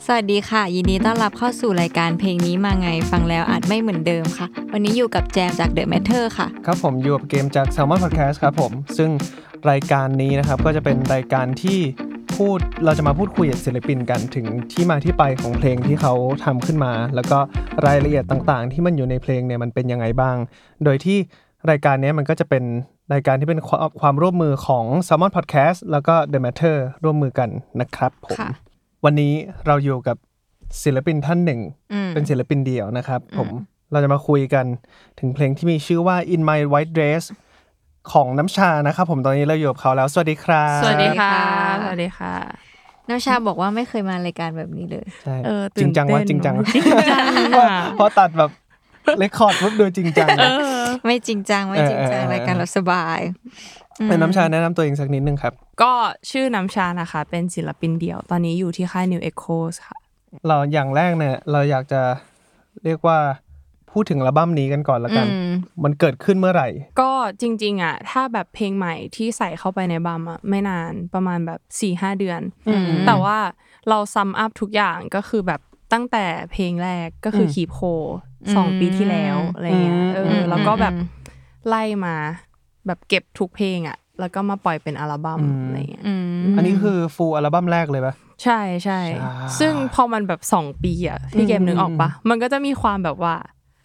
สวัสดีค่ะยินดีต้อนรับเข้าสู่รายการเพลงนี้มาไงฟังแล้วอาจไม่เหมือนเดิมค่ะวันนี้อยู่กับแจมจาก The Matter ค่ะครับผมอยู่กับเกมจาก Salmon Podcast ครับผมซึ่งรายการนี้นะครับก็จะเป็นรายการที่เราจะมาพูดคุยกับศิลปินกันถึงที่มาที่ไปของเพลงที่เขาทำขึ้นมาแล้วก็รายละเอียดต่างๆที่มันอยู่ในเพลงเนี่ยมันเป็นยังไงบ้างโดยที่รายการนี้มันก็จะเป็นรายการที่เป็นความร่วมมือของ Salmon Podcast แล้วก็ The Matter ร่วมมือกันนะครับผมวันนี้เราอยู่กับศิลปินท่านหนึ่งเป็นศิลปินเดี่ยวนะครับผมเราจะมาคุยกันถึงเพลงที่มีชื่อว่า In My White Dress ของน้ำชานะครับผมตอนนี้เราอยู่กับเขาแล้วสวัสดีครับสวัสดีค่ะสวัสดีค่ะน้ำชาบอกว่าไม่เคยมารายการแบบนี้เลยใช่จริงจังว่าจริงจังพอตัดแบบเรคคอร์ดปุ๊บดูจริงจังไม่จริงจังไม่จริงจังรายการเราสบายเป็นน้ำชาแนะนำตัวเองสักนิดนึงครับก็ชื่อน้ำชานะคะเป็นศิลปินเดี่ยวตอนนี้อยู่ที่ค่าย New Echoes ค่ะเราอย่างแรกเนี่ยเราอยากจะเรียกว่าพูดถึงอัลบั้มนี้กันก่อนละกันมันเกิดขึ้นเมื่อไหร่ก็จริงๆอ่ะถ้าแบบเพลงใหม่ที่ใส่เข้าไปในอัลบั้มอ่ะไม่นานประมาณแบบ 4-5 เดือนแต่ว่าเราซัมอัพทุกอย่างก็คือแบบตั้งแต่เพลงแรกก็คือคีบโค2 ปีที่แล้วอะไรเงี้ยแล้วก็แบบไล่มาแบบเก็บทุกเพลงอ่ะแล้วก็มาปล่อยเป็นอัลบั้มอะไรเงี้ยอันนี้คือฟูลอัลบั้มแรกเลยปะใช่ใช่ซึ่งพอมันแบบ2 ปีอ่ะพี่เกมนึกออกปะมันก็จะมีความแบบว่า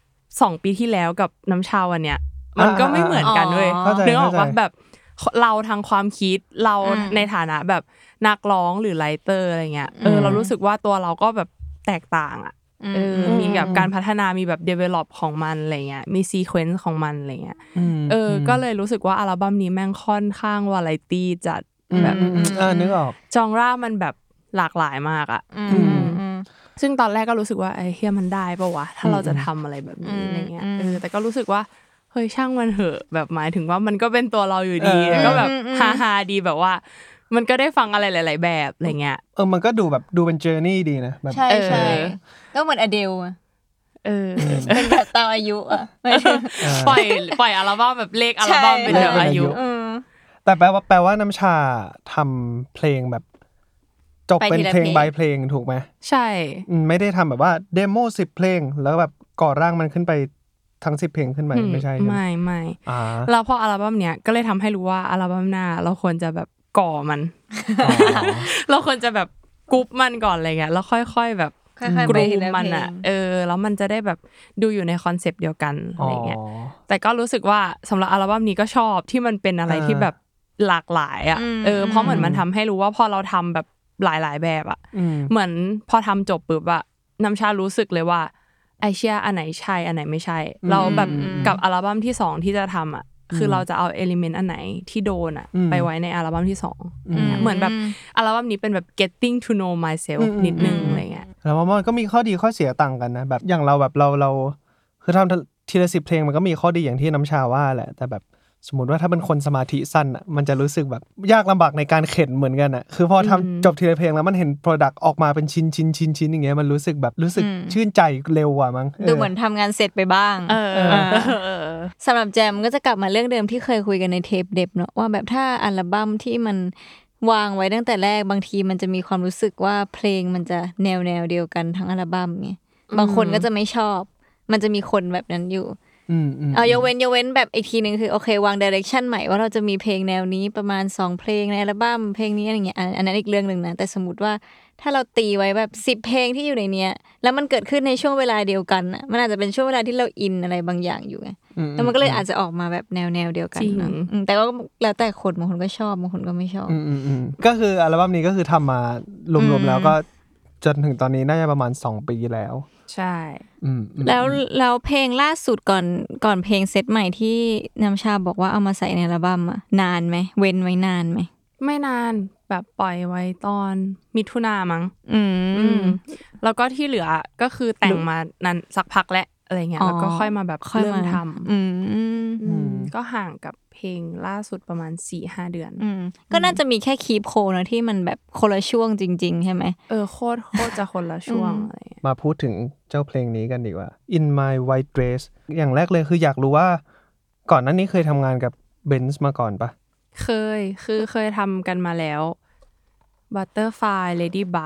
2 ปีที่แล้วกับน้ำชาวันเนี้ยมันก็ไม่เหมือนกันเว้ยนึกออกปะแบบเราทางความคิดเราในฐานะแบบนักร้องหรือไรเตอร์อะไรเงี้ยเรารู้สึกว่าตัวเราก็แบบแตกต่างอ่ะมีแบบการพัฒนามีแบบ develop ของมันอะไรเงี้ยมี sequence ของมันอะไรเงี้ยก็เลยรู้สึกว่าอัลบั้มนี้แม่งค่อนข้างวาไรตี้จัดแบบนึกออกจองร่ามันแบบหลากหลายมากอ่ะซึ่งตอนแรกก็รู้สึกว่าไอ้เฮียมันได้ป่ะวะถ้าเราจะทำอะไรแบบนี้อะไรเงี้ยแต่ก็รู้สึกว่าเฮ้ยช่างมันเหอะแบบหมายถึงว่ามันก็เป็นตัวเราอยู่ดีก็แบบฮาๆดีแบบว่ามันก็ได้ฟังอะไรหลายๆแบบอะไรเงี้ยมันก็ดูแบบดูเป็นเจอร์นี่ดีนะแบบใช่ๆก็เหมือนอเดลเป็นแบบตามอายุอ่ะปล่อยอัลบั้มแบบเลขอัลบั้มเป็นแบบอายุแต่แปลว่าน้ำชาทำเพลงแบบจบเป็นเพลง by เพลงถูกไหมใช่ไม่ได้ทำแบบว่าเดโม10 เพลงแล้วแบบก่อร่างมันขึ้นไปทั้ง10 เพลงขึ้นมาไม่ใช่ไม่แล้วพออัลบั้มเนี้ยก็เลยทำให้รู้ว่าอัลบั้มหน้าเราควรจะแบบก่อมันเราควรจะแบบกรุ๊ปมันก่อนอะไรเงี้ยแล้วค่อยๆแบบกรุ๊ปมันอ่ะแล้วมันจะได้แบบดูอยู่ในคอนเซปต์เดียวกันอะไรเงี้ยแต่ก็รู้สึกว่าสำหรับอัลบั้มนี้ก็ชอบที่มันเป็นอะไรที่แบบหลากหลายอ่ะเพราะเหมือนมันทำให้รู้ว่าพอเราทำแบบหลายๆแบบอ่ะเหมือนพอทำจบปุ๊บอ่ะน้ำชารู้สึกเลยว่าไอเชี่ยอันไหนใช่อันไหนไม่ใช่เราแบบกับอัลบั้มที่2ที่จะทำอ่ะคือเราจะเอาเอลิเมนต์อันไหนที่โดนอ่ะไปไว้ในอัลบั้มที่2เหมือนแบบอัลบั้มนี้เป็นแบบ getting to know myself นิดนึงอะไรเงี้ยแล้วมันก็มีข้อดีข้อเสียต่างกันนะแบบอย่างเราแบบเราคือทำทีละ10 เพลงมันก็มีข้อดีอย่างที่น้ำชาว่าแหละแต่แบบสมมติว่าถ้าเป็นคนสมาธิสั้นอ่ะมันจะรู้สึกแบบยากลำบากในการเข็นเหมือนกันอ่ะคือพอทำจบทีละเพลงแล้วมันเห็น product ออกมาเป็นชิ้นอย่างเงี้ยมันรู้สึกชื่นใจเร็วกว่ามั้งดูเหมือนทำงานเสร็จไปบ้างสำหรับแจมก็จะกลับมาเรื่องเดิมที่เคยคุยกันในเทปเด็บเนาะว่าแบบถ้าอัลบั้มที่มันวางไว้ตั้งแต่แรกบางทีมันจะมีความรู้สึกว่าเพลงมันจะแนวเดียวกันทั้งอัลบั้มไงบางคนก็จะไม่ชอบมันจะมีคนแบบนั้นอยู่ยกเว้นแบบอีกทีนึงคือโอเควาง direction ใหม่ว่าเราจะมีเพลงแนวนี้ประมาณ2 เพลงในอัลบั้มเพลงนี้อะไรเงี้ยอันนั้นอีกเรื่องนึงนะแต่สมมุติว่าถ้าเราตีไว้แบบ10 เพลงที่อยู่ในเนี้ยแล้วมันเกิดขึ้นในช่วงเวลาเดียวกันน่ะมันอาจจะเป็นช่วงเวลาที่เราอินอะไรบางอย่างอยู่ไงแล้วมันก็เลยอาจจะออกมาแบบแนวเดียวกันนะแต่ก็แล้วแต่คนบางคนก็ชอบบางคนก็ไม่ชอบก็คืออัลบั้มนี้ก็คือทำมารวมๆแล้วก็จนถึงตอนนี้น่าจะประมาณ2 ปีแล้วใช่แล้วเพลงล่าสุดก่อนเพลงเซตใหม่ที่น้ำชาบอกว่าเอามาใส่ในอัลบั้มอะนานไหมเว้นไว้นานไหมไม่นานแบบปล่อยไว้ตอนมิถุนามั้งแล้วก็ที่เหลือก็คือแต่งมานานสักพักแล้วอะไรเงี้ยแล้วก็ค่อยมาแบบเริ่มทำก็ห่างกับเพลงล่าสุดประมาณ 4-5 เดือนก็น่าจะมีแค่คีปโคนะที่มันแบบคนละช่วงจริงๆใช่ไหมโคตรจะคนละช่วงอะไรมาพูดถึงเจ้าเพลงนี้กันดีกว่า In My White Dress อย่างแรกเลยคืออยากรู้ว่าก่อนหน้านี้เคยทำงานกับเบนซ์มาก่อนปะเคยทำกันมาแล้ว Butterfly Ladybug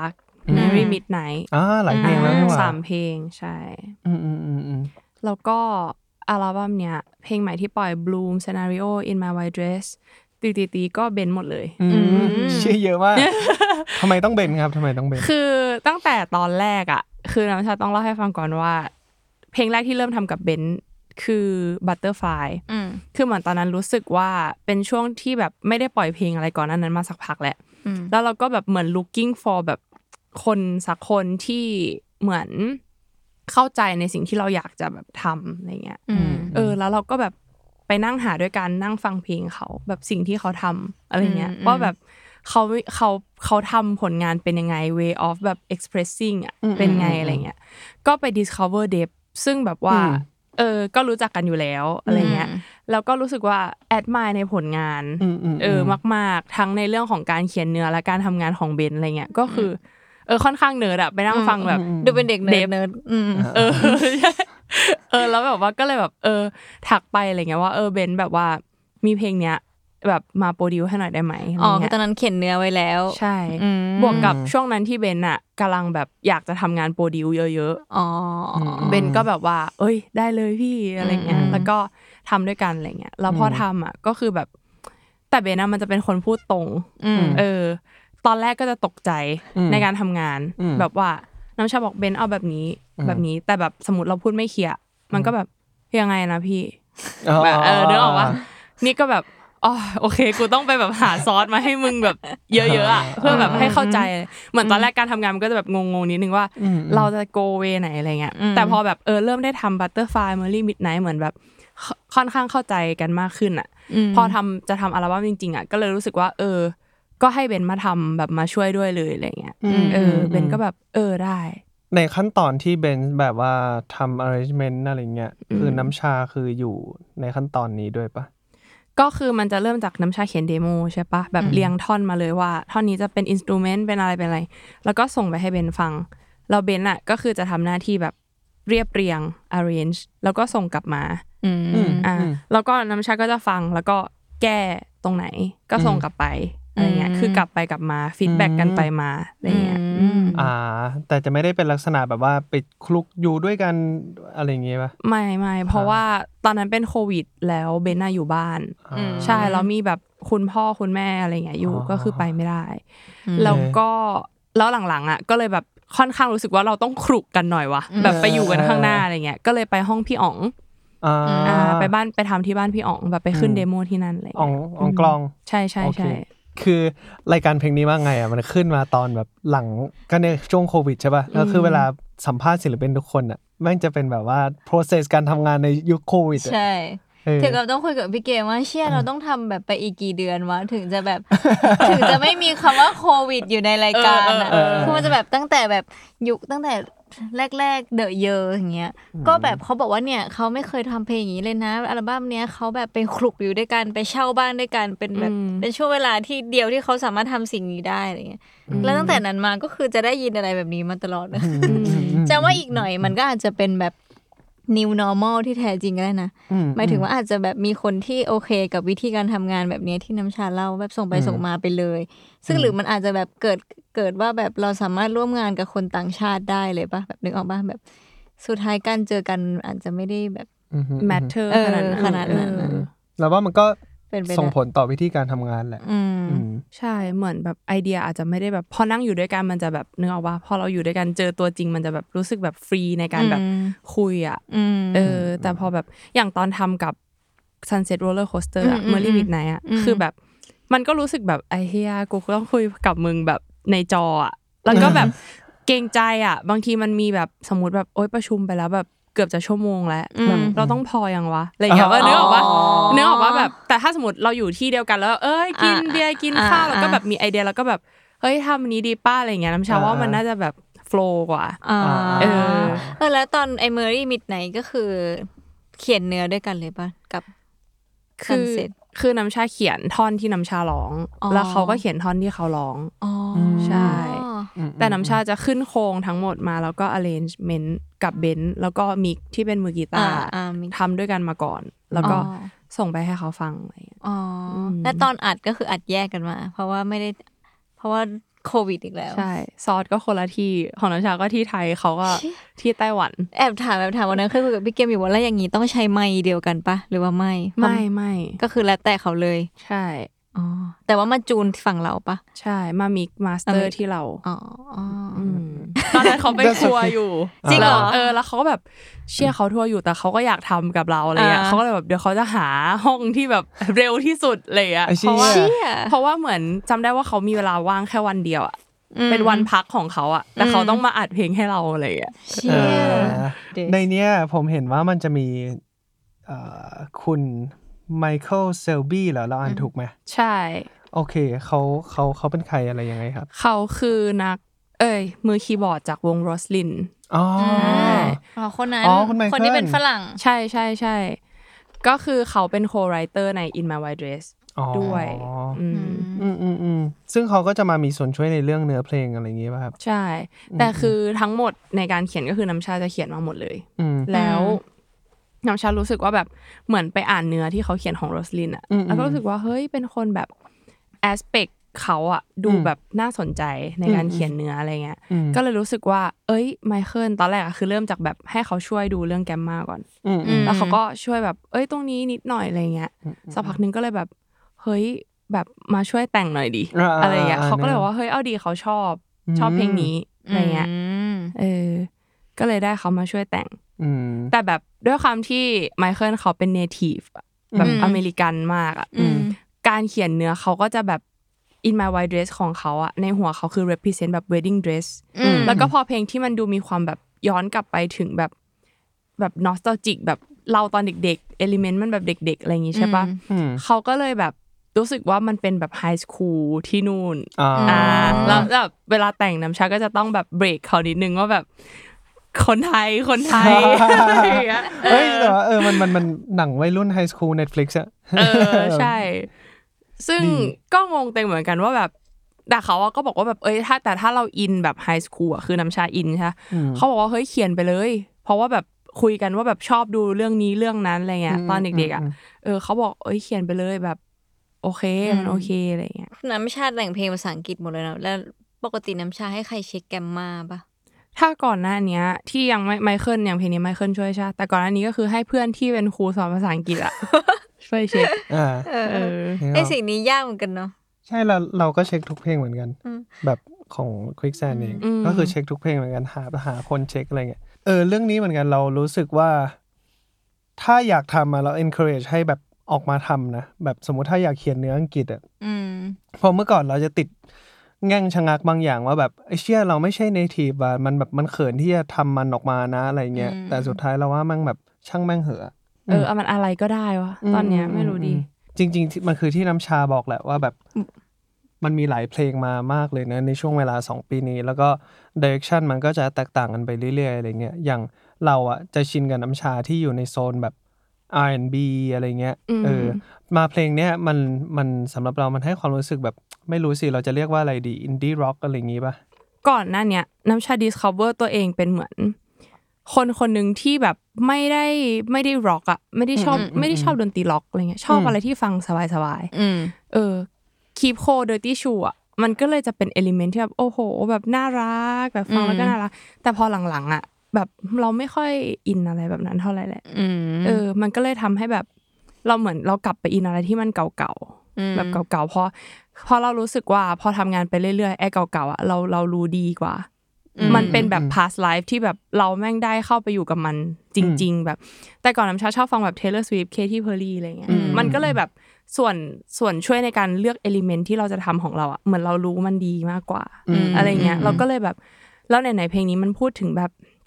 Merry Midnight หลายเพลงแล้วนี่หว่า 3เพลงใช่แล้วก็อัลบั้มเนี้ยเพลงใหม่ที่ปล่อย Bloom Scenario In My White Dress ตีก็เบนหมดเลยชื่อเยอะมากทำไมต้องเบนครับทำไมต้องเบนคือตั้งแต่ตอนแรกอ่ะคือน้ำชาต้องเล่าให้ฟังก่อนว่าเพลงแรกที่เริ่มทำกับเบนคือ Butterfly คือเหมือนตอนนั้นรู้สึกว่าเป็นช่วงที่แบบไม่ได้ปล่อยเพลงอะไรก่อนนั้นมาสักพักแล้วแล้วเราก็แบบเหมือน looking for แบบคนสักคนที่เหมือนเข้าใจในสิ่งที่เราอยากจะแบบทำอะไรเงี้ยแล้วเราก็แบบไปนั่งหาด้วยกันนั่งฟังเพลงเขาแบบสิ่งที่เขาทำอะไรเงี้ยว่าแบบเขาทำผลงานเป็นยังไง way of แบบ expressing อ่ะเป็นไงอะไรเงี้ยก็ไป discover depth ซึ่งแบบว่าก็รู้จักกันอยู่แล้วอะไรเงี้ยแล้วก็รู้สึกว่า admire ในผลงานมากๆทั้งในเรื่องของการเขียนเนื้อและการทำงานของเบนอะไรเงี้ยก็คือค่อนข้างเนิร์ดอะไปนั่งฟังแบบดูเป็นเด็กเนิร์ดแล้วแบบว่าก็เลยแบบถักไปอะไรเงี้ยว่าเบนแบบว่ามีเพลงเนี้ยแบบมาโปรดิวให้หน่อยได้ไหมอ๋อคือตอนนั้นเขียนเนื้อไว้แล้วใช่บวกกับช่วงนั้นที่เบนอะกำลังแบบอยากจะทำงานโปรดิวเยอะๆเบนก็แบบว่าเอ้ยได้เลยพี่อะไรเงี้ยแล้วก็ทำด้วยกันอะไรเงี้ยแล้วพอทำอะก็คือแบบแต่เบนอะมันจะเป็นคนพูดตรงตอนแรกก็จะตกใจในการทำงานแบบว่าน้ำชาบอกเบนเอาแบบนี้แต่แบบสมมติเราพูดไม่เคลียร์มันก็แบบยังไงนะพี่แบบนึกออกว่านี่ก็แบบอ๋อโอเคกูต้องไปแบบหาซอสมาให้มึงแบบเยอะๆอ่ะเพื่อแบบให้เข้าใจเหมือนตอนแรกการทำงานมันก็จะแบบงงๆนิดนึงว่าเราจะโกเวไหนอะไรเงี้ยแต่พอแบบเริ่มได้ทำ Butterfly Merry Midnight เหมือนแบบค่อนข้างเข้าใจกันมากขึ้นอ่ะพอจะทำอัลบั้มจริงๆอ่ะก็เลยรู้สึกว่าก็ให้เบนมาทำแบบมาช่วยด้วยเลยอะไรเงี้ยเบนก็แบบได้ในขั้นตอนที่เบนแบบว่าทำ arrangement อะไรเงี้ยคือน้ำชาคืออยู่ในขั้นตอนนี้ด้วยปะก็คือมันจะเริ่มจากน้ำชาเขียนเดโมใช่ปะแบบเรียงท่อนมาเลยว่าท่อนนี้จะเป็นอินสตูเมนต์เป็นอะไรแล้วก็ส่งไปให้เบนฟังแล้วเบนอ่ะก็คือจะทำหน้าที่แบบเรียบเรียง arrange แล้วก็ส่งกลับมาแล้วก็น้ำชาก็จะฟังแล้วก็แก้ตรงไหนก็ส่งกลับไปอะไรเงี้ยคือกลับไปกลับมาฟีดแบ็กกันไปมาอะไรเงี้ยแต่จะไม่ได้เป็นลักษณะแบบว่าไปคลุกอยู่ด้วยกันอะไรเงี้ยป่ะไม่เพราะว่าตอนนั้นเป็นโควิดแล้วเบนน่ะอยู่บ้านใช่แล้วมีแบบคุณพ่อคุณแม่อะไรเงี้ยอยู่ก็คือไปไม่ได้แล้วหลังๆอ่ะก็เลยแบบค่อนข้างรู้สึกว่าเราต้องคลุกกันหน่อยวะแบบไปอยู่กันข้างหน้าอะไรเงี้ยก็เลยไปห้องพี่อ๋องไปทำที่บ้านพี่อ๋องแบบไปขึ้นเดโมที่นั่นอะไรอ๋องกลองใช่คือรายการเพลงนี้ว่าไงอ่ะมันขึ้นมาตอนแบบหลังก็ในช่วงโควิดใช่ป่ะแล้วคือเวลาสัมภาษณ์ศิลปินทุกคนอ่ะแม่งจะเป็นแบบว่า process การทำงานในยุคโควิดใช่ถึงกับต้องคุยกับพี่เกมว่าเชี่ยเราต้องทำแบบไปอีกกี่เดือนวะถึงจะแบบถึงจะไม่มีคำว่าโควิดอยู่ในรายการอ่ะคือมันจะแบบตั้งแต่แบบยุคตั้งแต่แรกๆเดอะเยอร์อย่างเงี้ยก็แบบเขาบอกว่าเนี่ยเขาไม่เคยทำเพลงอย่างนี้เลยนะอัลบั้มเนี้ยเขาแบบไปคลุกอยู่ด้วยกันไปเช่าบ้านด้วยกันเป็นแบบเป็นช่วงเวลาที่เดียวที่เขาสามารถทำสิ่งนี้ได้อะไรเงี้ยแล้วตั้งแต่นั้นมาก็คือจะได้ยินอะไรแบบนี้มาตลอดจะว่าอีกหน่อยมันก็อาจจะเป็นแบบnew normal ที่แท้จริงก็ได้นะหมายถึงว่าอาจจะแบบมีคนที่โอเคกับวิธีการทำงานแบบนี้ที่น้ำชาเล่าแบบส่งไปส่งมาไปเลยซึ่งหรือมันอาจจะแบบเกิดว่าแบบเราสามารถร่วมงานกับคนต่างชาติได้เลยป่ะแบบนึกออกป่ะแบบสุดท้ายการเจอกันอาจจะไม่ได้แบบ matter ขนาดนั้นแล้วว่ามันก็ส่งผลต่อวิธีการทำงานแหละใช่เหมือนแบบไอเดียอาจจะไม่ได้แบบพอนั่งอยู่ด้วยกันมันจะแบบนึกออกว่าพอเราอยู่ด้วยกันเจอตัวจริงมันจะแบบรู้สึกแบบฟรีในการแบบคุยอ่ะแต่พอแบบอย่างตอนทำกับ Sunset Roller Coaster อ่ะ Merry Midnight อ่ะคือแบบมันก็รู้สึกแบบไอ้เฮียกูต้องคุยกับมึงแบบในจออ่ะแล้วก็แบบเกรงใจอ่ะบางทีมันมีแบบสมมุติแบบโอ๊ยประชุมไปแล้วแบบเกือบจะชั่วโมงแล้วแบบเราต้องพอยังวะอะไรอย่างเงี้ยว่านึกออกว่าแบบแต่ถ้าสมมติเราอยู่ที่เดียวกันแล้วกินเบียร์กินข้าวแล้วก็แบบมีไอเดียแล้วก็แบบเฮ้ยทำอันนี้ดีป้าอะไรอย่างเงี้ยน้ำชาว่ามันน่าจะแบบโฟลว์กว่าแล้วตอนไอ้ Merry Midnight ก็คือเขียนเนื้อด้วยกันเลยป่ะกับ Sunset คือน้ำชาเขียนท่อนที่น้ำชาร้องแล้วเขาก็เขียนท่อนที่เขาร้องใช่แต่น้ำชาจะขึ้นโครงทั้งหมดมาแล้วก็ arrangement กับเบนซ์แล้วก็มิกที่เป็นมือกีตาร์ทำด้วยกันมาก่อนแล้วก็ส่งไปให้เขาฟังอะไรอย่างเงี้ยและตอนอัดก็คืออัดแยกกันมาเพราะว่าโควิดอีกแล้วใช่ซอสก็คนละที่ของน้ำชาก็ที่ไทยเขาก็ที่ไต้หวันแอบถามวันนั้นเคยคุยกับพี่เกมอยู่ว่าแล้วอย่างนี้ต้องใช้ไมค์เดียวกันปะหรือว่าไม่ก็คือแล้วแต่เขาเลยใช่อ๋อแต่ว่ามาจูนฝั่งเราปะใช่มามิกมาสเตอร์ที่เราตอนนั้นเขาไปทัวร์อยู่จริงเหรอแล้วเขาก็แบบเชื่อเขาทัวร์อยู่แต่เขาก็อยากทำกับเราอะไรเงี้ยเขาก็เลยแบบเดี๋ยวเขาจะหาห้องที่แบบเร็วที่สุดเลยอ่ะเพราะว่าเหมือนจำได้ว่าเขามีเวลาว่างแค่วันเดียวอ่ะเป็นวันพักของเขาอ่ะแต่เขาต้องมาอัดเพลงให้เราอะไรอ่ะในเนี้ยผมเห็นว่ามันจะมีคุณไมเคิลเซลบี้เหรอเราอ่านถูกไหมใช่โอเคเขาเป็นใครอะไรยังไงครับเขาคือนักมือคีย์บอร์ดจากวงโรสลินอ๋อคนนั้นคนที่เป็นฝรั่งใช่ก็คือเขาเป็นโคไรเตอร์ใน In My White Dress ด้วยซึ่งเขาก็จะมามีส่วนช่วยในเรื่องเนื้อเพลงอะไรอย่างงี้ป่ะครับใช่แต่คือทั้งหมดในการเขียนก็คือน้ำชาจะเขียนมาหมดเลยแล้วน้ำชารู้สึกว่าแบบเหมือนไปอ่านเนื้อที่เขาเขียนของโรสลินอ่ะแล้วก็รู้สึกว่าเฮ้ยเป็นคนแบบแอสเปคเขาอ่ะดูแบบน่าสนใจในการเขียนเนื้ออะไรเงี้ยก็เลยรู้สึกว่าไมเคิลตอนแรกคือเริ่มจากแบบให้เขาช่วยดูเรื่องแกมมาก่อนแล้วเขาก็ช่วยแบบตรงนี้นิดหน่อยอะไรเงี้ยสักพักนึงก็เลยแบบเฮ้ยแบบมาช่วยแต่งหน่อยดิอะไรเงี้ยเขาก็เลยบอกว่าเฮ้ยเอาดีเขาชอบเพลงนี้อะไรเงี้ยก็เลยได้เขามาช่วยแต่งแต่แบบด้วยความที่ไมเคิลเขาเป็นเนทีฟแบบอเมริกันมากอ่ะการเขียนเนื้อเขาก็จะแบบ In My White Dress ของเขาอ่ะในหัวเขาคือ represent แบบ wedding dress แล้วก็พอเพลงที่มันดูมีความแบบย้อนกลับไปถึงแบบ nostalgic แบบเราตอนเด็กๆ element มันแบบเด็กๆอะไรอย่างงี้ใช่ปะเขาก็เลยแบบรู้สึกว่ามันเป็นแบบไฮสคูลที่นู่นแล้วแบบเวลาแต่งน้ำชาก็จะต้องแบบเบรกเขานิดนึงว่าแบบคนไทยเฮ้ยแต่ว่ามันหนังวัยรุ่นไฮสคูล Netflix อ่ะใช่ซึ่งก็งงเต็มเหมือนกันว่าแบบแต่เขาก็บอกว่าแบบถ้าเราอินแบบไฮสคูลอ่ะคือน้ำชาอินใช่เขาบอกว่าเฮ้ยเขียนไปเลยเพราะว่าแบบคุยกันว่าแบบชอบดูเรื่องนี้เรื่องนั้นอะไรเงี้ยตอนเด็กๆอ่ะเขาบอกเขียนไปเลยแบบโอเคมันโอเคอะไรเงี้ยน้ำชาแต่งเพลงภาษาอังกฤษหมดเลยนะแล้วปกติน้ำชาให้ใครเช็คแกมมาป่ะถ้าก่อนหน้านี้ที่ยังไม่ไมเคิลอย่างเพลงนี้ไมเคิลช่วยใช่แต่ก่อนหน้านี้ก็คือให้เพื่อนที่เป็นครูสอนภาษาอังกฤษอ่ะช่วยเช็คสิ่งนี้ยากเหมือนกันเนาะใช่เราก็เช็คทุกเพลงเหมือนกันแบบของ Quicksand เองก็คือเช็คทุกเพลงเหมือนกันหาคนเช็คอะไรเงี้ยเรื่องนี้เหมือนกันเรารู้สึกว่าถ้าอยากทำเรา encourage ให้แบบออกมาทำนะแบบสมมุติถ้าอยากเขียนเนื้ออังกฤษพอเมื่อก่อนเราจะติดแง่งชะงักบางอย่างว่าแบบไอ้เชี่ยเราไม่ใช่ native อ่ะมันแบบมันเขินที่จะทำมันออกมานะอะไรเงี้ยแต่สุดท้ายเราว่ามันแบบช่างแม่งเหอะมันอะไรก็ได้วะตอนเนี้ยไม่รู้ดีจริงๆมันคือที่น้ำชาบอกแหละว่าแบบมันมีหลายเพลงมามากเลยนะในช่วงเวลา2ปีนี้แล้วก็ direction มันก็จะแตกต่างกันไปเรื่อยๆอะไรเงี้ยอย่างเราอ่ะจะชินกับน้ำชาที่อยู่ในโซนแบบ R&B อะไรเงี้ยมาเพลงเนี้ยมันสำหรับเรามันให้ความรู้สึกแบบไม่รู้สิเราจะเรียกว่าอะไรดี indie rock อะไรอย่างงี้ป่ะก่อนหน้าเนี้ยน้ำชา discover ตัวเองเป็นเหมือนคนนึงที่แบบไม่ได้ร็อกอ่ะไม่ได้ชอบดนตรีร็อกอะไรเงี้ยชอบอะไรที่ฟังสบายๆKeep Cold Dirty Shoe อ่ะมันก็เลยจะเป็นเอลิเมนต์ที่แบบโอ้โหแบบน่ารักแบบฟังแล้วก็น่ารักแต่พอหลังๆอ่ะแบบเราไม่ค่อยอินอะไรแบบนั้นเท่าไหร่แหละมันก็เลยทำให้แบบเราเหมือนเรากลับไปอินอะไรที่มันเก่าๆแบบเก่าๆพอเรารู้สึกว่าพอทำงานไปเรื่อยๆไอ้เก่าๆอ่ะเรารู้ดีกว่ามันเป็นแบบ past life ที่แบบเราแม่งได้เข้าไปอยู่กับมันจริงๆแบบแต่ก่อนน้ำชอบฟังแบบ Taylor Swift Katy Perry อะไรเงี้ยมันก็เลยแบบส่วนช่วยในการเลือก element ที่เราจะทำของเราอ่ะเหมือนเรารู้มันดีมากกว่าอะไรเงี้ยเราก็เลยแบบแล้วไหนๆเพลงนี้มันพูดถึงแบบ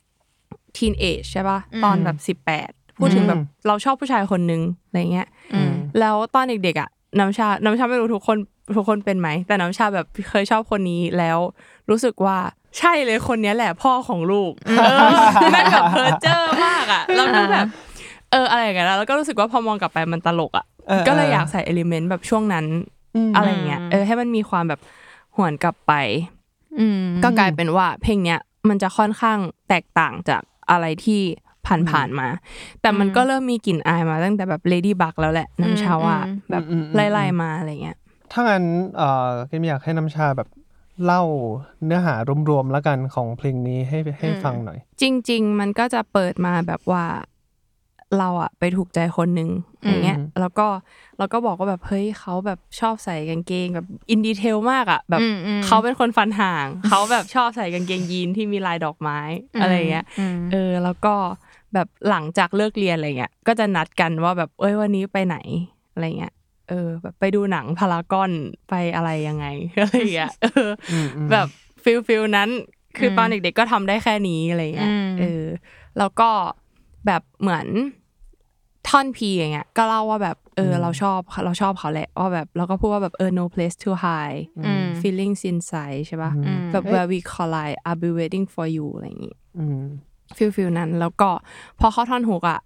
teenage ใช่ป่ะตอนแบบ18พูดถึงแบบเราชอบผู้ชายคนนึงอะไรเงี้ยแล้วตอนเด็กๆอ่ะน้ำชาไม่รู้ทุกคนเป็นไหมแต่น้ำชาแบบเคยชอบคนนี้แล้วรู้สึกว่าใช่เลยคนนี้แหละพ่อของลูกแม่งแบบเพอเจอร์มากอ่ะแล้วก็แบบอะไรอย่างเงี้ยแล้วก็รู้สึกว่าพอมองกลับไปมันตลกอ่ะก็เลยอยากใส่เอลิเมนต์แบบช่วงนั้นอะไรเงี้ยให้มันมีความแบบหวนกลับไปก็กลายเป็นว่าเพลงเนี้ยมันจะค่อนข้างแตกต่างจากอะไรที่ผ่านมาแต่มันก็เริ่มมีกลิ่นอายมาตั้งแต่แบบ Lady Bug แล้วแหละน้ำชาว่าแบบไล่ๆมาอะไรเงี้ยถ้างั้นก็อยากให้น้ำชาแบบเล่าเนื้อหารวมๆแล้วกันของเพลงนี้ให้ฟังหน่อยจริงๆมันก็จะเปิดมาแบบว่าเราอะไปถูกใจคนนึงอย่างเงี้ยแล้วก็เราก็บอกว่าแบบเฮ้ยเขาแบบชอบใส่กางเกงแบบอินดีเทลมากอะแบบเขาเป็นคนฟันห่างเขาแบบชอบใส่กางเกงยีนที่มีลายดอกไม้อะไรเงี้ยแล้วก็แบบหลังจากเลิกเรียนอะไรเงี้ยก็จะนัดกันว่าแบบวันนี้ไปไหนอะไรเงี้ยแบบไปดูหนังพารากอนไปอะไรยังไงอะไรเงี้ยแบบฟิลนั้นคือตอนเด็กๆก็ทำได้แค่นี้อะไรเงี้ยแล้วก็แบบเหมือนท่อนพีอย่างเงี้ยก็เล่าว่าแบบเราชอบเขาแหละว่าแบบเราก็พูดว่าแบบno place to hide feelings inside ใช่ป่ะแบบ where we collide I'll be waiting for you อะไรอย่างงี้ฟิลนั้นแล้วก็พอเข้าท่อนฮุกอ่ะ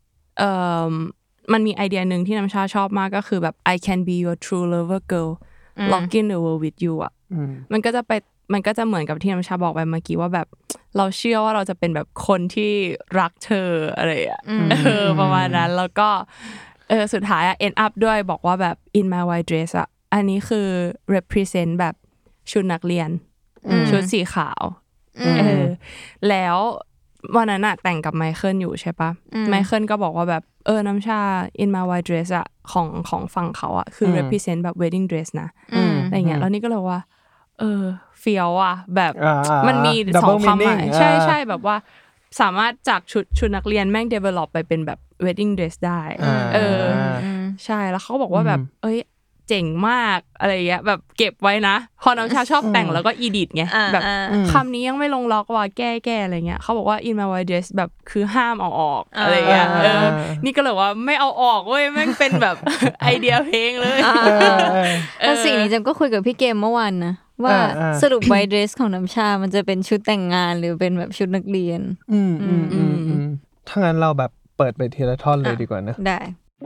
มันมีไอเดียนึงที่น้ำชาชอบมากก็คือแบบ I can be your true lover girl lock in the world with you อ่ะมันก็จะเหมือนกับที่น้ำชาบอกไปเมื่อกี้ว่าแบบเราเชื่อว่าเราจะเป็นแบบคนที่รักเธออะไรอ่ะประมาณนั้นแล้วก็สุดท้ายอ่ะ end up ด้วยบอกว่าแบบ in my white dress อ่ะอันนี้คือ represent แบบชุดนักเรียนชุดสีขาวแล้ววันนั้นอะแต่งกับไมเคิลอยู่ใช่ปะไมเคิลก็บอกว่าแบบน้ำชา in my white dress อะของฝั่งเขาอะคือ represent แบบ wedding dress นะอะไรเงี้ยแล้วนี่ก็เลยว่าเฟี้ยวอะแบบมันมีสองความหมายใช่แบบว่าสามารถจากชุดนักเรียนแม่ง develop ไปเป็นแบบ wedding dress ได้ใช่แล้วเขาบอกว่าแบบเจ๋งมากอะไรเงี้ยแบบเก็บไว้นะพอน้ำชาชอบแต่งแล้วก็อีดิทไงแบบคำนี้ยังไม่ลงล็อกว่าแก้อะไรเงี้ยเขาบอกว่า in my white dress แบบคือห้ามเอาออกอะไรเงี้ยนี่ก็เลยว่าไม่เอาออกเว้ยแม่งเป็นแบบไอเดียเพลงเลยแล้วสิ่งนี้จำก็คุยกับพี่เกมเมื่อวานนะว่าสรุปไวท์เดรสของน้ำชามันจะเป็นชุดแต่งงานหรือเป็นแบบชุดนักเรียนถ้างั้นเราแบบเปิดไปทีละท่อนเลยดีกว่านะได้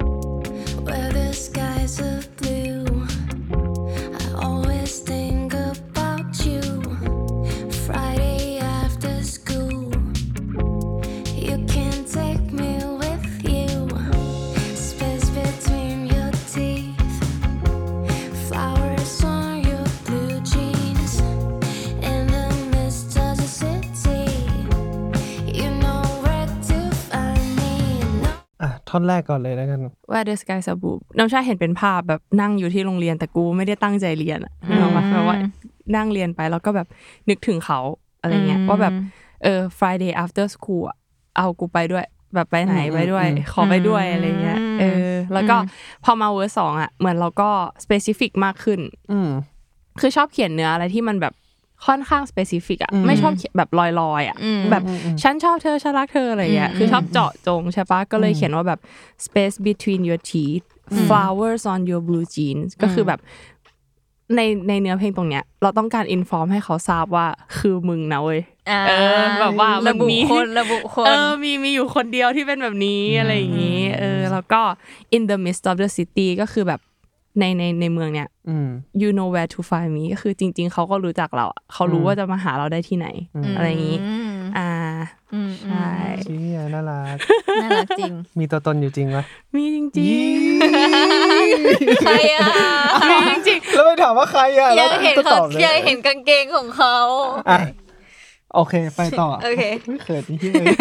ท่อนแรกก่อนเลยแล้วกัน Where the sky is blue น้ำชาเห็นเป็นภาพแบบนั่งอยู่ที่โรงเรียนแต่กูไม่ได้ตั้งใจเรียนอะแบบว่านั่งเรียนไปแล้วก็แบบนึกถึงเขาอะไรเงี้ยว่าแบบFriday after school อะเอากูไปด้วยแบบไปไหนไปด้วยขอไปด้วยอะไรเงี้ยแล้วก็พอมาเวอร์2อะเหมือนเราก็ specific มากขึ้นคือชอบเขียนเนื้ออะไรที่มันแบบค่อนข้าง specific อ่ะไม่ชอบแบบลอยๆอ่ะแบบฉันชอบเธอฉันรักเธออะไรอย่างเงี้ยคือชอบเจาะจงใช่ปะก็เลยเขียนว่าแบบ space between your teeth flowers on your blue jeans ก็คือแบบในเนื้อเพลงตรงเนี้ยเราต้องการ inform ให้เขาทราบว่าคือมึงนะเว้ยแบบว่าระบุคนมีอยู่คนเดียวที่เป็นแบบนี้อะไรอย่างงี้แล้วก็ in the midst of the city ก็คือแบบในเมืองเนี้ยyou know where to find me ก็คือจริงๆเขาก็รู้จักเราเขารู้ว่าจะมาหาเราได้ที่ไหนอะไรอย่างงี้ใช่น่ารักจริงมีตัวตนอยู่จริงไหมมีจริงๆใครอ่ะมีจริงแล้วไปถามว่าใครอ่ะยังเห็นกางเกงของเขาโอเคไปต่อโอเคไม่เขินที่เลย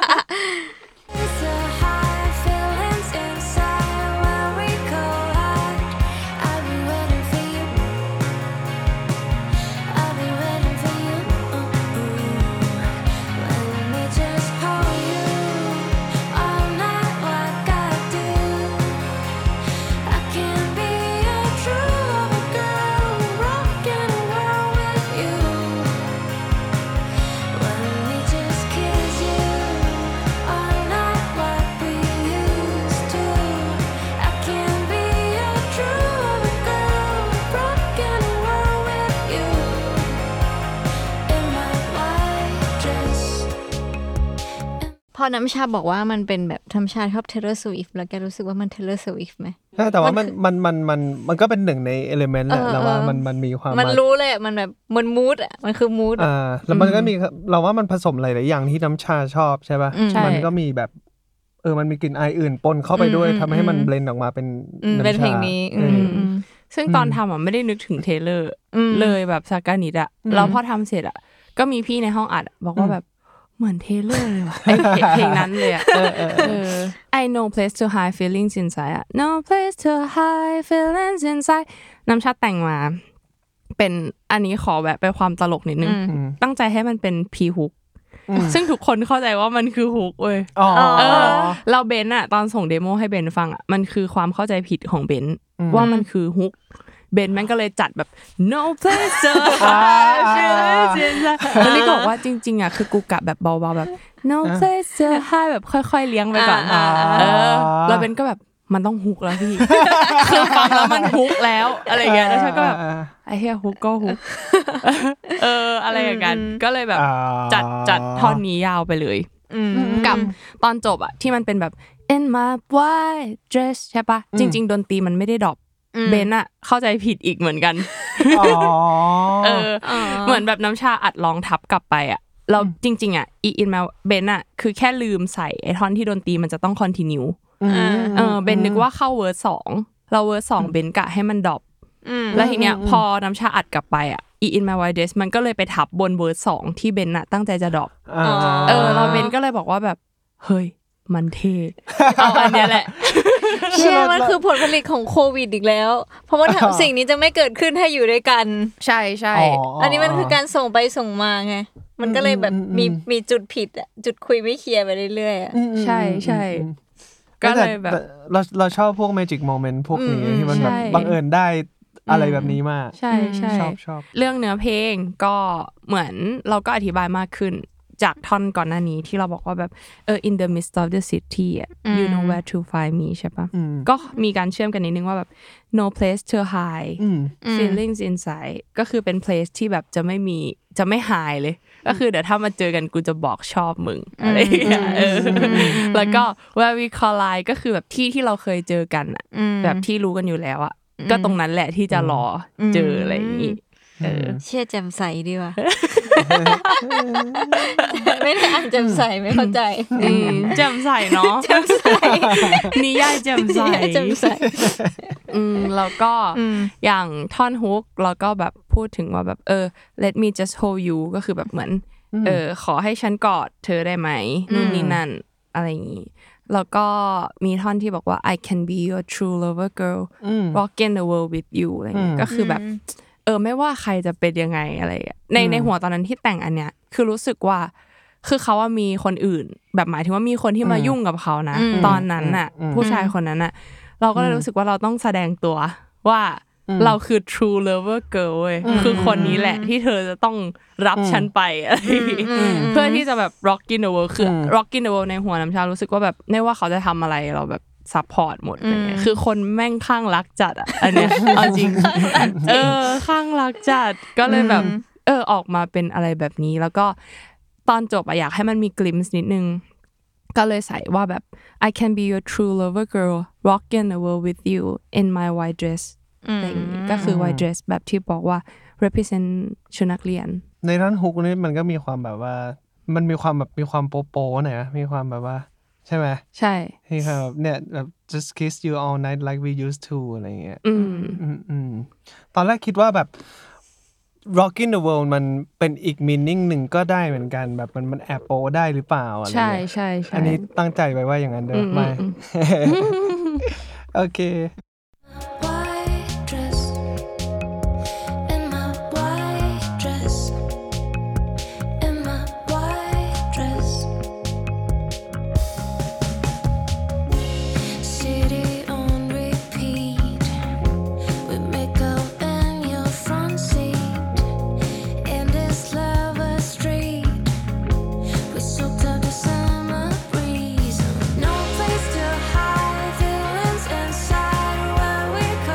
พอน้ำชาบอกว่ามันเป็นแบบน้ำชาชอบ Taylor Swift แล้วแกรู้สึกว่ามัน Taylor Swift ไหมใช่แต่ว่ามันก็เป็นหนึ่งใน element แหละแล้วว่ามันมีความมันรู้เลยมันแบบมัน mood อ่ะมันคือ mood แล้วมันก็มีเราว่ามันผสมหลายๆอย่างที่น้ำชาชอบใช่ป่ะมันก็มีแบบมันมีกลิ่นอายอื่นปนเข้าไปด้วยทำให้มันเบลนด์ออกมาเป็นเพลงนี้ซึ่งตอนทำอ่ะไม่ได้นึกถึง Taylor เลยแบบสักกะนิดอะแล้วพอทำเสร็จอะก็มีพี่ในห้องอัดบอกว่าแบบเหมือนเทเลอร์เลยว่ะไอ้เพลงนั้นเลยอะI no place to hide feelings inside อะ no place to hide feelings inside น้ำชาแต่งมาเป็นอันนี้ขอแบบไปความตลกนิดนึงตั้งใจให้มันเป็นพีฮุกซึ่งทุกคนเข้าใจว่ามันคือฮุกเว้ยเราเบนอะตอนส่งเดโมให้เบนฟังอะมันคือความเข้าใจผิดของเบนว่ามันคือฮุกเบนมันก็เลยจัดแบบ no place to hide feelings inside แล้วนี่บอกว่าจริงๆอะคือกูกะแบบเบาๆแบบ no place to hide แบบค่อยๆเลี้ยงไปก่อนแล้วเบนก็แบบมันต้องฮุกแล้วพี่คือฟังแล้วมันฮุกแล้วอะไรอย่างเงี้ยแล้วฉันก็แบบไอ้เหี้ยฮุกก็ฮุกอะไรอย่างกันก็เลยแบบจัดท่อนนี้ยาวไปเลยกับตอนจบอะที่มันเป็นแบบ in my white dress ใช่ปะจริงๆดนตรีมันไม่ได้ดรอปเบนอะเข้าใจผิดอีกเหมือนกันเหมือนแบบน้ำชาอัดร้องทับกลับไปอะเราจริงๆอะin my เบนอะคือแค่ลืมใส่ไอ้ท่อนที่ดนตรีมันจะต้องคอนทินิวเบนนึกว่าเข้าเวิร์ส2เราเวิร์ส2เบนกะให้มันดรอปแล้วทีเนี้ยพอน้ำชาอัดกลับไปอ่ะ in my white dress มันก็เลยไปทับบนเวิร์ส2ที่เบนน่ะตั้งใจจะดรอปเราเบนก็เลยบอกว่าแบบเฮ้ยมันเท่เอาอันเนี้ยแหละเชื่อมันคือผลผลิตของโควิดอีกแล้วเพราะว่าสิ่งนี้จะไม่เกิดขึ้นถ้าอยู่ด้วยกันใช่อันนี้มันคือการส่งไปส่งมาไงมันก็เลยแบบมีจุดผิดอ่ะจุดคุยไม่เคลียร์ไปเรื่อยๆอ่ะใช่ก็เลยแบบเราชอบพวก magic moment พวกนี้ที่มันแบบบังเอิญได้อะไรแบบนี้มากใช่ชอบเรื่องเนื้อเพลงก็เหมือนเราก็อธิบายมากขึ้นจากท่อนก่อนหน้านี้ที่เราบอกว่าแบบin the midst of the city you know where to find me ใช่ปะก็มีการเชื่อมกันนิดนึงว่าแบบ no place to hide feelings inside ก็คือเป็น place ที่แบบจะไม่หายเลยก็คือเดี๋ยวถ้ามาเจอกันกูจะบอกชอบมึงอะไรอย่างเงี้ยแล้วก็ where we collide ก็คือแบบที่เราเคยเจอกันอ่ะแบบที่รู้กันอยู่แล้วอ่ะก็ตรงนั้นแหละที่จะรอเจออะไรอย่างงี้เชื่อแจ่มใสดีว่ะไม่ได้อ่านแจ่มใสไม่เข้าใจแจ่มใสเนาะแจ่มใสนิยายแจ่มใสแล้วก็อย่างท่อนฮุกแล้วก็แบบพูดถึงว่าแบบlet me just hold you ก็คือแบบเหมือนขอให้ฉันกอดเธอได้ไหมนู่นนี่นั่นอะไรอย่างงี้แล้วก็มีท่อนที่บอกว่า I can be your true lover girl rocking the world with you อะไรอย่างเงี้ยก็คือแบบไม่ว่าใครจะเป็นยังไงอะไรในหัวตอนนั้นที่แต่งอันเนี้ยคือรู้สึกว่าคือเขาว่ามีคนอื่นแบบหมายถึงว่ามีคนที่มายุ่งกับเขานะตอนนั้นน่ะผู้ชายคนนั้นน่ะเราก็เลยรู้สึกว่าเราต้องแสดงตัวว่าเราคือ true lover girl เว้ยคือคนนี้แหละที่เธอจะต้องรับฉันไปอะไรเพื่อที่จะแบบ rocking the world คือ rocking the world ในหัวน้ำชารู้สึกว่าแบบไม่ว่าเขาจะทำอะไรเราแบบซัพพอร์ตหมดอะไรเงี้ยคือคนแม่งข้างรักจัดอ่ะอันเนี้ยเอาจริงข้างรักจัดก็เลยแบบออกมาเป็นอะไรแบบนี้แล้วก็ตอนจบอยากให้มันมีกลิมส์นิดนึงก็เลยใส่ว่าแบบ I can be your true lover girl rocking the world with you in my white dress อะไรอย่างงี้ก็คือ white dress แบบที่บอกว่า represent ชุดนักเรียนในท่อนฮุกนี้มันก็มีความแบบว่ามันมีความแบบมีความโป๊ๆหน่อยนะมีความแบบว่าใช่ไหมใช่ที่แบบเนี่ยแบบ just kiss you all night like we used to อะไรเงี้ยตอนแรกคิดว่าแบบ rocking the world มันเป็นอีก meaning หนึ่งก็ได้เหมือนกันแบบมันแอบโป๊ได้หรือเปล่าอะไรเงี้ยใช่อันนี้ตั้งใจไว้ว่าอย่างนั้นเด้อไม่โอเค No place to hide feelings inside where we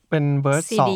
เป็นเวอร์ส CD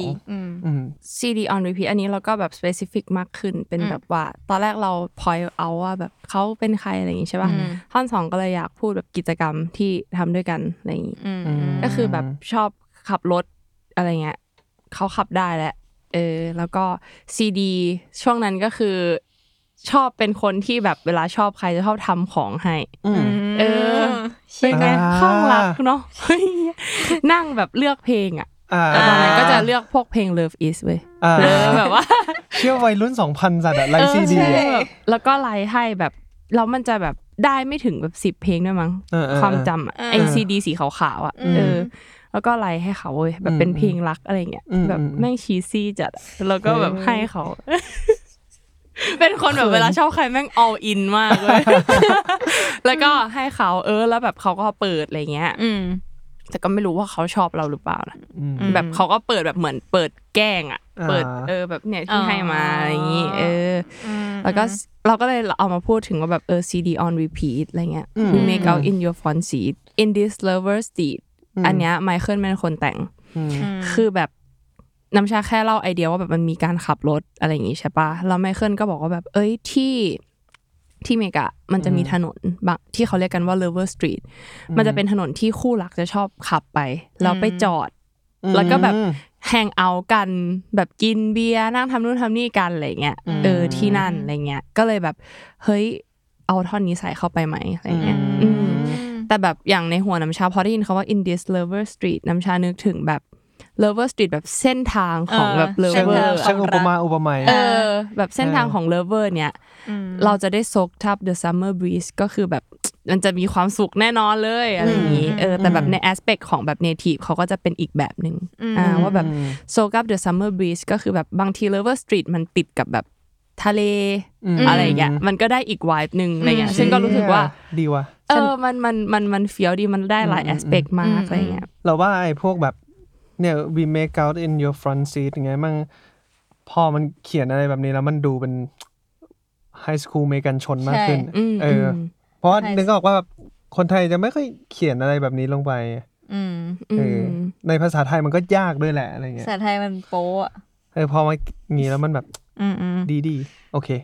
CD on repeat อันนี้เราก็แบบ specific มากขึ้นเป็นแบบว่าตอนแรกเรา point out ว่าแบบเขาเป็นใครอะไรอย่างงี้ใช่ป่ะท่อน2ก็เลยอยากพูดแบบกิจกรรมที่ทำด้วยกันอะไรอย่างงี้ก็คือแบบชอบขับรถอะไรเงี้ยเขาขับได้แหละแล้วก็ CD ช่วงนั้นก็คือชอบเป็นคนที่แบบเวลาชอบใครจะชอบทำของให้เป็นไงข้างรักเนาะนั่งแบบเลือกเพลงอ่ะตอนนั้นก็จะเลือกพวกเพลง Love Is เว้ยแบบว่าเชื่อวัยรุ่น 2000 สัตว์อะไลฟ์ CD แล้วก็ไลฟ์ให้แบบแล้วมันจะแบบได้ไม่ถึงแบบ10เพลงด้วยมั้งความจำไอ้ CD สีขาวๆอ่ะแล้วก็ไลฟ์ให้เขาเว้ยแบบเป็นเพลงรักอะไรเงี้ยแบบแม่งชีซี่จัดแล้วก็แบบให้เขาเป็นคนแบบเวลาชอบใครแม่ง all in มากเลยแล้วก็ให้เขาแล้วแบบเขาก็เปิดอะไรเงี้ยแต่ก็ไม่รู้ว่าเขาชอบเราหรือเปล่านะแบบเขาก็เปิดแบบเหมือนเปิดแกล้งอ่ะเปิดแบบเนี่ยที่ให้มาอะไรอย่างงี้แล้วก็เราก็เลยเอามาพูดถึงว่าแบบCD on repeat อะไรเงี้ย We make out in your front seat in this lover seat อันเนี้ยไมเคิลเป็นคนแต่งคือแบบน้ำชาแค่เล่าไอเดียว่าแบบมันมีการขับรถอะไรอย่างงี้ใช่ปะแล้วไมเคิลก็บอกว่าแบบที่เมกะมันจะมีถนนบางที่เขาเรียกกันว่า Lover Street มันจะเป็นถนนที่คู่รักจะชอบขับไปแล้วไปจอดแล้วก็แบบแฮงเอาท์กันแบบกินเบียร์นั่งทำนู่นทำนี่กันอะไรเงี้ยที่นั่นอะไรเงี้ยก็เลยแบบเฮ้ยเอาท่อนนี้ใส่เข้าไปไหมอะไรเงี้ยแต่แบบอย่างในหัวน้ำชาพอได้ยินคำว่า in this Lover Street น้ำชานึกถึงแบบLover Street แบบเส้นทางของแบบ Lover ช่างอุปมาแบบเส้นทางของ Lover เนี่ยเราจะได้ซกทับ The Summer Breeze ก็คือแบบมันจะมีความสุขแน่นอนเลยอะไรอย่างนี้แต่แบบใน aspect ของแบบ native เขาก็จะเป็นอีกแบบนึงว่าแบบ soak up the summer breeze ก็คือแบบบางที Lover Street มันติดกับแบบทะเลอะไรอย่างเงี้ยมันก็ได้อีก vibe นึงอะไรเงี้ยซึ่งก็รู้สึกว่าดีว่ะมันเฟี้ยวดีมันได้หลาย aspect มากอะไรเงี้ยเราว่าไอ้พวกแบบเนี่ย we make out in your front seat ยังไงมั่งพอมันเขียนอะไรแบบนี้แล้วมันดูเป็นไฮสคูลเมกันชนมากขึ้นเพราะนึกออกว่าคนไทยจะไม่ค่อยเขียนอะไรแบบนี้ลงไปในภาษาไทยมันก็ยากด้วยแหละอะไรเงี้ยภาษาไทยมันโป๊ะพอมางี้แล้วมันแบบดีโอเค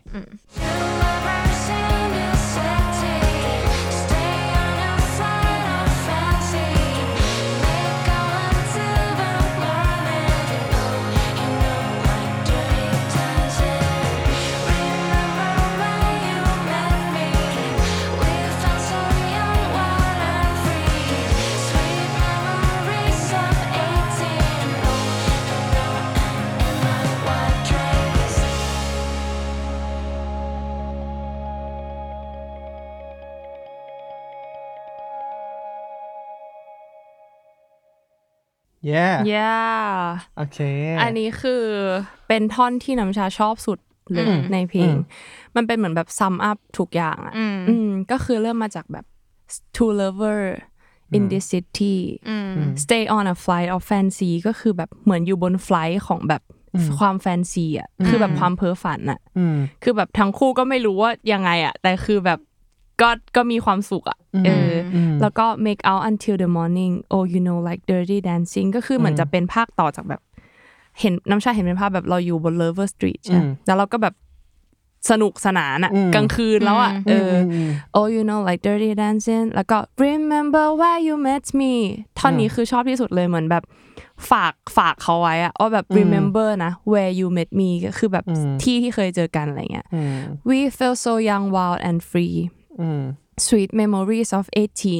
โอเคอันนี้คือเป็นท่อนที่น้ำชาชอบสุดเลยในเพลงมันเป็นเหมือนแบบ sum up ทุกอย่างอ่ะก็คือเริ่มมาจากแบบ to lover in this city stay on a flight of fancy ก็คือแบบเหมือนอยู่บนไฟล์ของแบบความแฟนซีอ่ะคือแบบความเพ้อฝันอ่ะคือแบบทั้งคู่ก็ไม่รู้ว่ายังไงอ่ะแต่คือแบบก็มีความสุขอ่ะแล้วก็ make out until the morning oh you know like dirty dancing ก็คือเหมือนจะเป็นภาคต่อจากแบบเห็นน้ำชาเห็นเป็นภาพแบบเราอยู่บน Lover Street ใช่แล้วเราก็แบบสนุกสนานอ่ะกลางคืนแล้วอ่ะoh you know like dirty dancing แล้วก็ remember where you met me ท่อนนี้คือชอบที่สุดเลยเหมือนแบบฝากเขาไว้อะว่าแบบ remember นะ where you met me ก็คือแบบที่เคยเจอกันอะไรเงี้ย we felt so young wild and free sweet memories of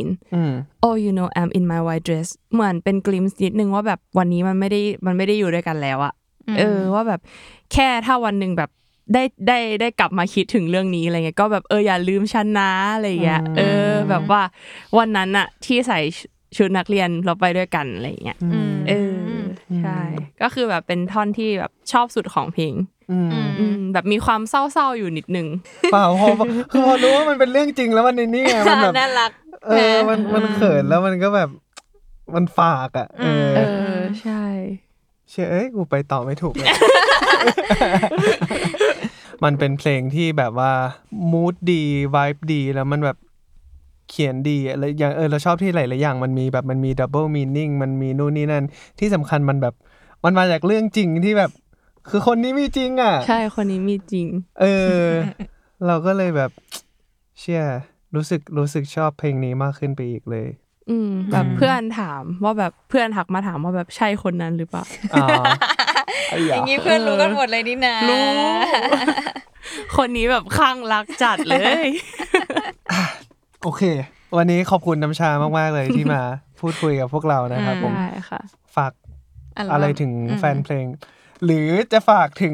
18 oh you know I'm in my white dress เหมือนเป็น glimpse นิดนึงว่าแบบวันนี้มันไม่ได้อยู่ด้วยกันแล้วอะว่าแบบแค่ถ้าวันนึงแบบได้กลับมาคิดถึงเรื่องนี้อะไรเงี้ยก็แบบอย่าลืมฉันนะอะไรเงี้ยแบบว่าวันนั้นอะที่ใส่ชุดนักเรียนเราไปด้วยกันอะไรเงี้ยใช่ก็คือแบบเป็นท่อนที่แบบชอบสุดของเพลงแบบมีความเศร้าๆอยู่นิดนึงเปล่าพอรู้ว่ามันเป็นเรื่องจริงแล้วมันนี่ไงมันแบบน่ารักมันเขินแล้วมันก็แบบมันฝากอ่ะใช่เชื่อกูไปต่อไม่ถูกเลย มันเป็นเพลงที่แบบว่ามูดดีไวบ์ดีแล้วมันแบบเขียนดีอะไรอย่างเราชอบที่หลายๆอย่างมันมีดับเบิลมีนิ่งมันมีนู่นนี่นั่นที่สำคัญมันแบบมันมาจากเรื่องจริงที่แบบคือคนนี้มีจริงอ่ะใช่คนนี้มีจริงเราก็เลยแบบเชื่อรู้สึกชอบเพลงนี้มากขึ้นไปอีกเลยแบบเพื่อนถามว่าแบบเพื่อนทักมาถามว่าแบบใช่คนนั้นหรือเปล่าอย่างนี้เพื่อนรู้กันหมดเลยนี่นะรู้คนนี้แบบคลั่งรักจัดเลยโอเควันนี้ขอบคุณน้ำชามากๆเลยที่มาพูดคุยกับพวกเรานะครับผมได้ค่ะฝากอะไรถึงแฟนเพลงหรือจะฝากถึง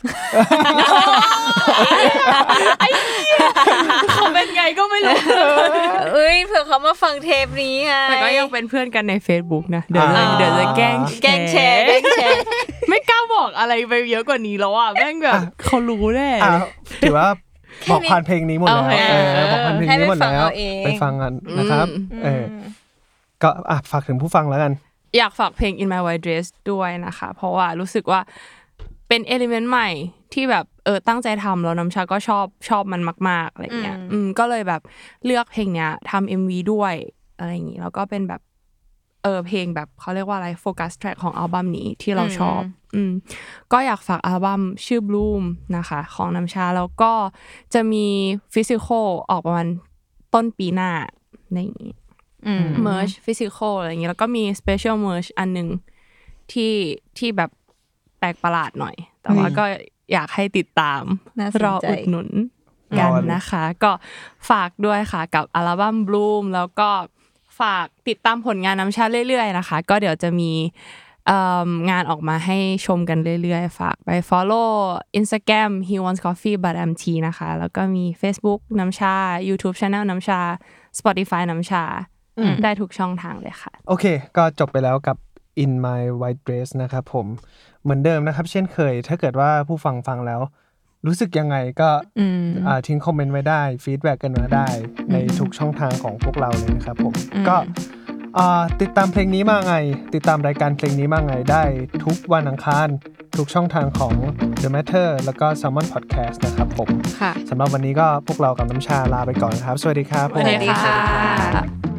เขาเป็นไงก็ไม่รู้เผื่อเขามาฟังเทปนี้ไงแต่ก็ยังเป็นเพื่อนกันใน Facebook นะเดี๋ยวจะแกล้งแชร์ไม่กล้าบอกอะไรไปเยอะกว่านี้แล้วอ่ะแม่งแบบเขารู้แน่ถือว่าบอกผ่านเพลงนี้หมดแล้วบอกผ่านเพลงนี้หมดแล้วไปฟังกันนะครับก็ฝากถึงผู้ฟังแล้วกันอยากฝากเพลง In My White Dress ด้วยนะคะเพราะว่ารู้สึกว่าเป็นเอลิเมนต์ใหม่ที่แบบตั้งใจทำแล้วน้ำชาก็ชอบมันมากๆอะไรเงี้ยก็เลยแบบเลือกเพลงเนี้ยทำ MV ด้วยอะไรอย่างงี้แล้วก็เป็นแบบเพลงแบบเขาเรียกว่าอะไรโฟกัสแทร็กของอัลบั้มนี้ที่เราชอบก็อยากฝากอัลบั้มชื่อ Bloom นะคะของน้ำชาแล้วก็จะมีฟิสิคอลออกประมาณต้นปีหน้าในmerch physical อะไรอย่างงี้แล้วก็มี special merch อันนึงที่แบบแปลกประหลาดหน่อยแต่ว่าก็อยากให้ติดตามรออุดหนุนกันนะคะก็ฝากด้วยค่ะกับอัลบั้ม Bloom แล้วก็ฝากติดตามผลงานน้ำชาเรื่อยๆนะคะก็เดี๋ยวจะมีงานออกมาให้ชมกันเรื่อยๆฝากไป follow Instagram he wants coffee but I'm tea นะคะแล้วก็มี Facebook น้ำชา YouTube channel น้ำชา Spotify น้ำชาได้ทุกช่องทางเลยค่ะโอเคก็จบไปแล้วกับ In My White Dress นะครับผมเหมือนเดิมนะครับเช่นเคยถ้าเกิดว่าผู้ฟังแล้วรู้สึกยังไงก็ทิ้งคอมเมนต์ไว้ได้ฟีดแบ็กกันมาได้ในทุกช่องทางของพวกเราเลยนะครับผมก็ติดตามเพลงนี้มาไงติดตามรายการเพลงนี้มาไงได้ทุกวันอังคารทุกช่องทางของ The Matter แล้วก็ Salmon Podcast นะครับผมสำหรับวันนี้ก็พวกเรากับน้ำชาลาไปก่อนนะครับสวัสดีครับสวัสดีค่ะ